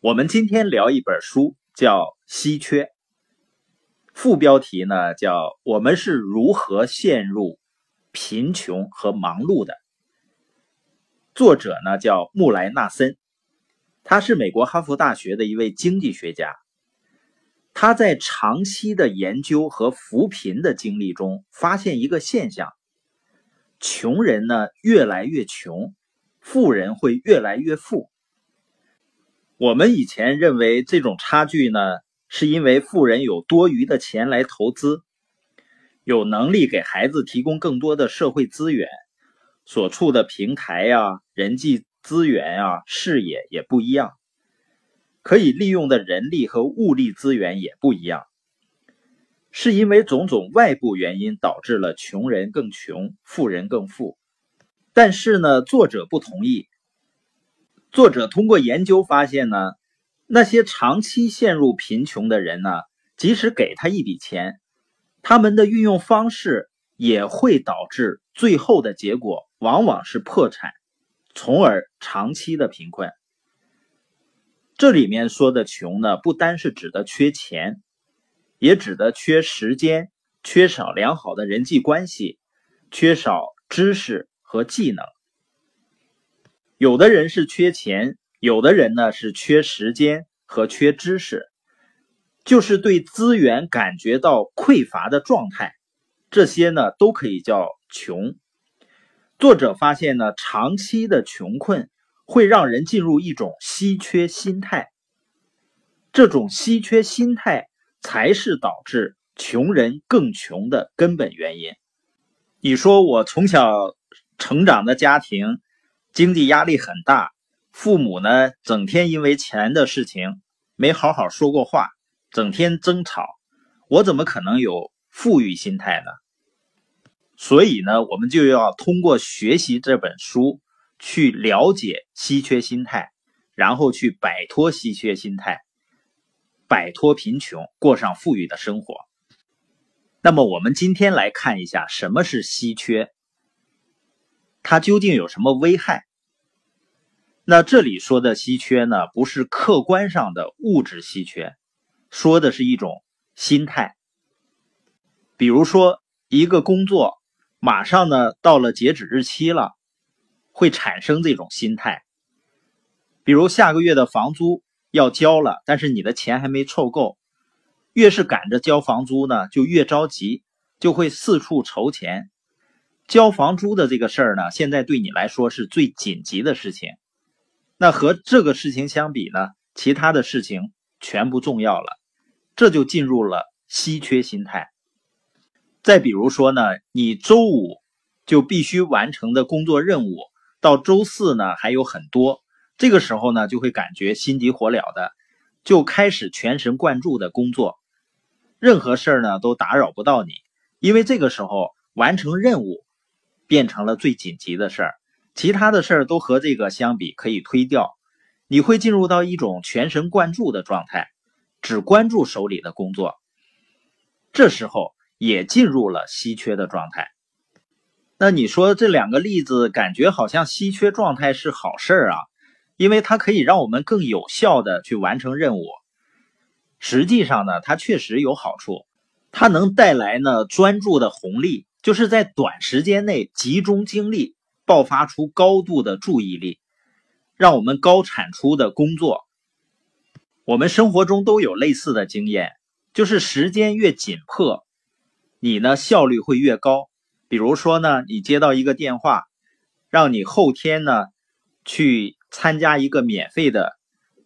我们今天聊一本书，叫《稀缺》，副标题呢叫“我们是如何陷入贫穷和忙碌的”。作者呢叫穆莱纳森，他是美国哈佛大学的一位经济学家。他在长期的研究和扶贫的经历中，发现一个现象：穷人呢越来越穷，富人会越来越富。我们以前认为这种差距呢，是因为富人有多余的钱来投资，有能力给孩子提供更多的社会资源，所处的平台呀、人际资源呀、视野也不一样，可以利用的人力和物力资源也不一样，是因为种种外部原因导致了穷人更穷，富人更富。但是呢，作者不同意。作者通过研究发现呢，那些长期陷入贫穷的人呢，即使给他一笔钱，他们的运用方式也会导致最后的结果往往是破产，从而长期的贫困。这里面说的穷呢，不单是指的缺钱，也指的缺时间，缺少良好的人际关系，缺少知识和技能。有的人是缺钱，有的人呢是缺时间和缺知识，就是对资源感觉到匮乏的状态，这些呢都可以叫穷。作者发现呢，长期的穷困会让人进入一种稀缺心态，这种稀缺心态才是导致穷人更穷的根本原因。你说我从小成长的家庭经济压力很大，父母呢整天因为钱的事情没好好说过话，整天争吵，我怎么可能有富裕心态呢？所以呢，我们就要通过学习这本书去了解稀缺心态，然后去摆脱稀缺心态，摆脱贫穷，过上富裕的生活。那么我们今天来看一下什么是稀缺，它究竟有什么危害？那这里说的稀缺呢，不是客观上的物质稀缺，说的是一种心态。比如说一个工作马上呢到了截止日期了，会产生这种心态。比如下个月的房租要交了，但是你的钱还没凑够，越是赶着交房租呢，就越着急，就会四处筹钱。交房租的这个事儿呢，现在对你来说是最紧急的事情。那和这个事情相比呢，其他的事情全不重要了，这就进入了稀缺心态。再比如说呢，你周五就必须完成的工作任务，到周四呢还有很多，这个时候呢就会感觉心急火燎的，就开始全神贯注的工作，任何事儿呢都打扰不到你，因为这个时候完成任务变成了最紧急的事儿，其他的事儿都和这个相比可以推掉，你会进入到一种全神贯注的状态，只关注手里的工作，这时候也进入了稀缺的状态。那你说这两个例子感觉好像稀缺状态是好事啊，因为它可以让我们更有效的去完成任务。实际上呢，它确实有好处，它能带来呢专注的红利，就是在短时间内集中精力，爆发出高度的注意力，让我们高产出的工作。我们生活中都有类似的经验，就是时间越紧迫，你呢效率会越高。比如说呢，你接到一个电话，让你后天呢去参加一个免费的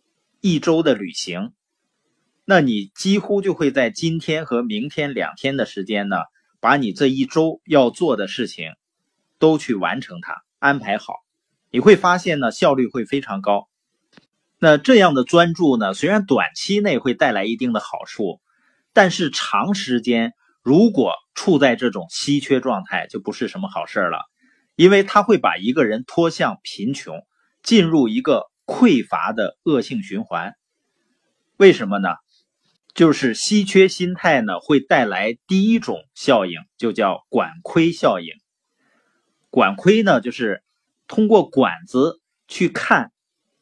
1周的旅行，那你几乎就会在今天和明天2天的时间呢，把你这1周要做的事情都去完成它，安排好。你会发现呢，效率会非常高。那这样的专注呢，虽然短期内会带来一定的好处，但是长时间如果处在这种稀缺状态，就不是什么好事了，因为它会把一个人拖向贫穷，进入一个匮乏的恶性循环。为什么呢？就是稀缺心态呢，会带来第一种效应，就叫管窥效应。管窥呢，就是通过管子去看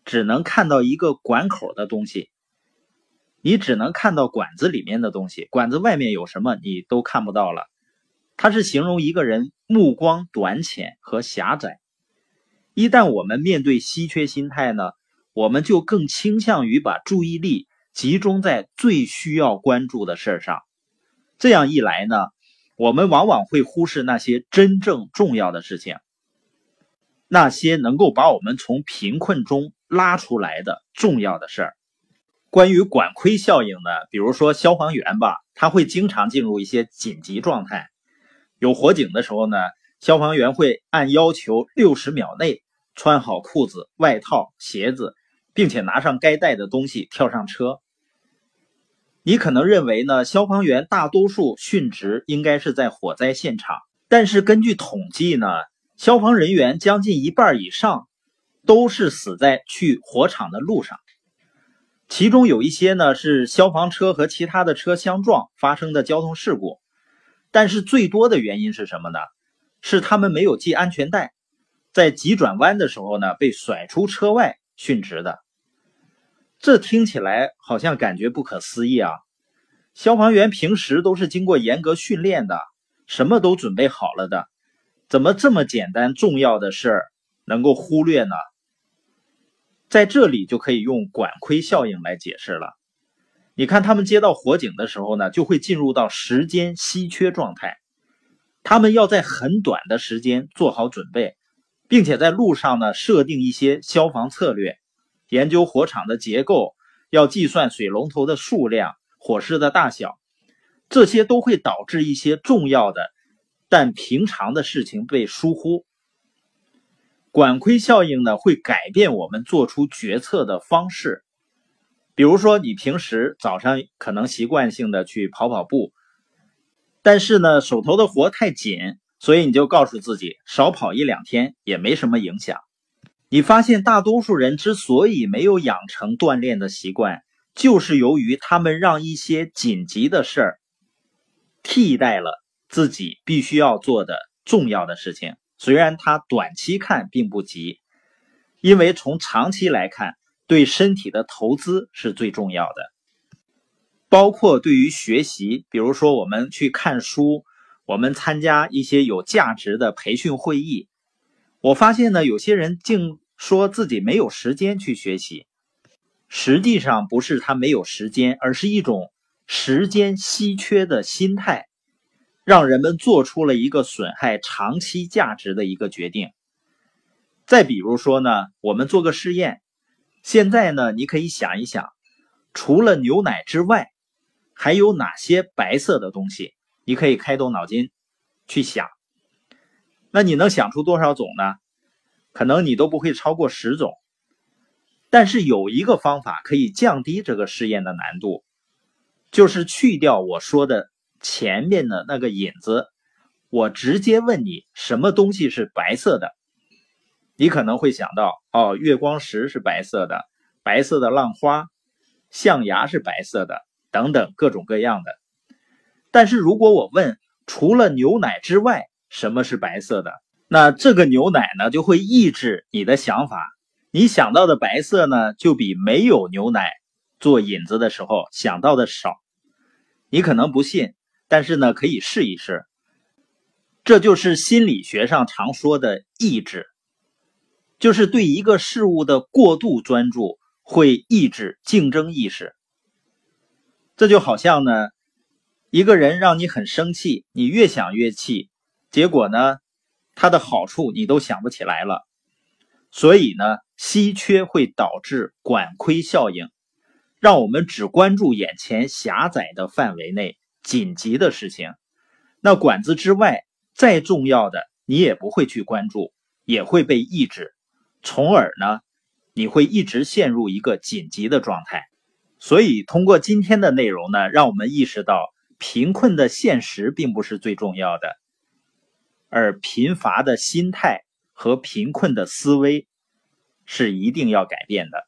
只能看到一个管口的东西，你只能看到管子里面的东西，管子外面有什么你都看不到了。它是形容一个人目光短浅和狭窄。一旦我们面对稀缺心态呢，我们就更倾向于把注意力集中在最需要关注的事上。这样一来呢，我们往往会忽视那些真正重要的事情，那些能够把我们从贫困中拉出来的重要的事儿。关于管窥效应呢，比如说消防员吧，他会经常进入一些紧急状态。有火警的时候呢，消防员会按要求60秒内穿好裤子、外套、鞋子，并且拿上该带的东西跳上车。你可能认为呢，消防员大多数殉职应该是在火灾现场，但是根据统计呢，消防人员将近一半以上都是死在去火场的路上。其中有一些呢是消防车和其他的车相撞发生的交通事故，但是最多的原因是什么呢？是他们没有系安全带，在急转弯的时候呢被甩出车外殉职的。这听起来好像感觉不可思议啊！消防员平时都是经过严格训练的，什么都准备好了的，怎么这么简单重要的事能够忽略呢？在这里就可以用管窥效应来解释了。你看他们接到火警的时候呢，就会进入到时间稀缺状态，他们要在很短的时间做好准备，并且在路上呢设定一些消防策略，研究火场的结构，要计算水龙头的数量、火势的大小，这些都会导致一些重要的但平常的事情被疏忽。管窥效应呢，会改变我们做出决策的方式。比如说你平时早上可能习惯性的去跑跑步，但是呢手头的活太紧，所以你就告诉自己少跑1-2天也没什么影响。你发现大多数人之所以没有养成锻炼的习惯，就是由于他们让一些紧急的事儿替代了自己必须要做的重要的事情。虽然它短期看并不急，因为从长期来看，对身体的投资是最重要的。包括对于学习，比如说我们去看书，我们参加一些有价值的培训会议。我发现呢，有些人竟说自己没有时间去学习，实际上不是他没有时间，而是一种时间稀缺的心态，让人们做出了一个损害长期价值的一个决定。再比如说呢，我们做个试验，现在呢，你可以想一想，除了牛奶之外，还有哪些白色的东西？你可以开动脑筋去想。那你能想出多少种呢？可能你都不会超过10种。但是有一个方法可以降低这个试验的难度，就是去掉我说的前面的那个引子，我直接问你什么东西是白色的。你可能会想到，月光石是白色的，白色的浪花，象牙是白色的，等等各种各样的。但是如果我问除了牛奶之外什么是白色的，那这个牛奶呢就会抑制你的想法，你想到的白色呢就比没有牛奶做引子的时候想到的少。你可能不信，但是呢可以试一试。这就是心理学上常说的抑制，就是对一个事物的过度专注会抑制竞争意识。这就好像呢，一个人让你很生气，你越想越气，结果呢，他的好处你都想不起来了。所以呢，稀缺会导致管窥效应，让我们只关注眼前狭窄的范围内紧急的事情。那管子之外，再重要的你也不会去关注，也会被抑制，从而呢，你会一直陷入一个紧急的状态。所以通过今天的内容呢，让我们意识到贫困的现实并不是最重要的，而贫乏的心态和贫困的思维是一定要改变的。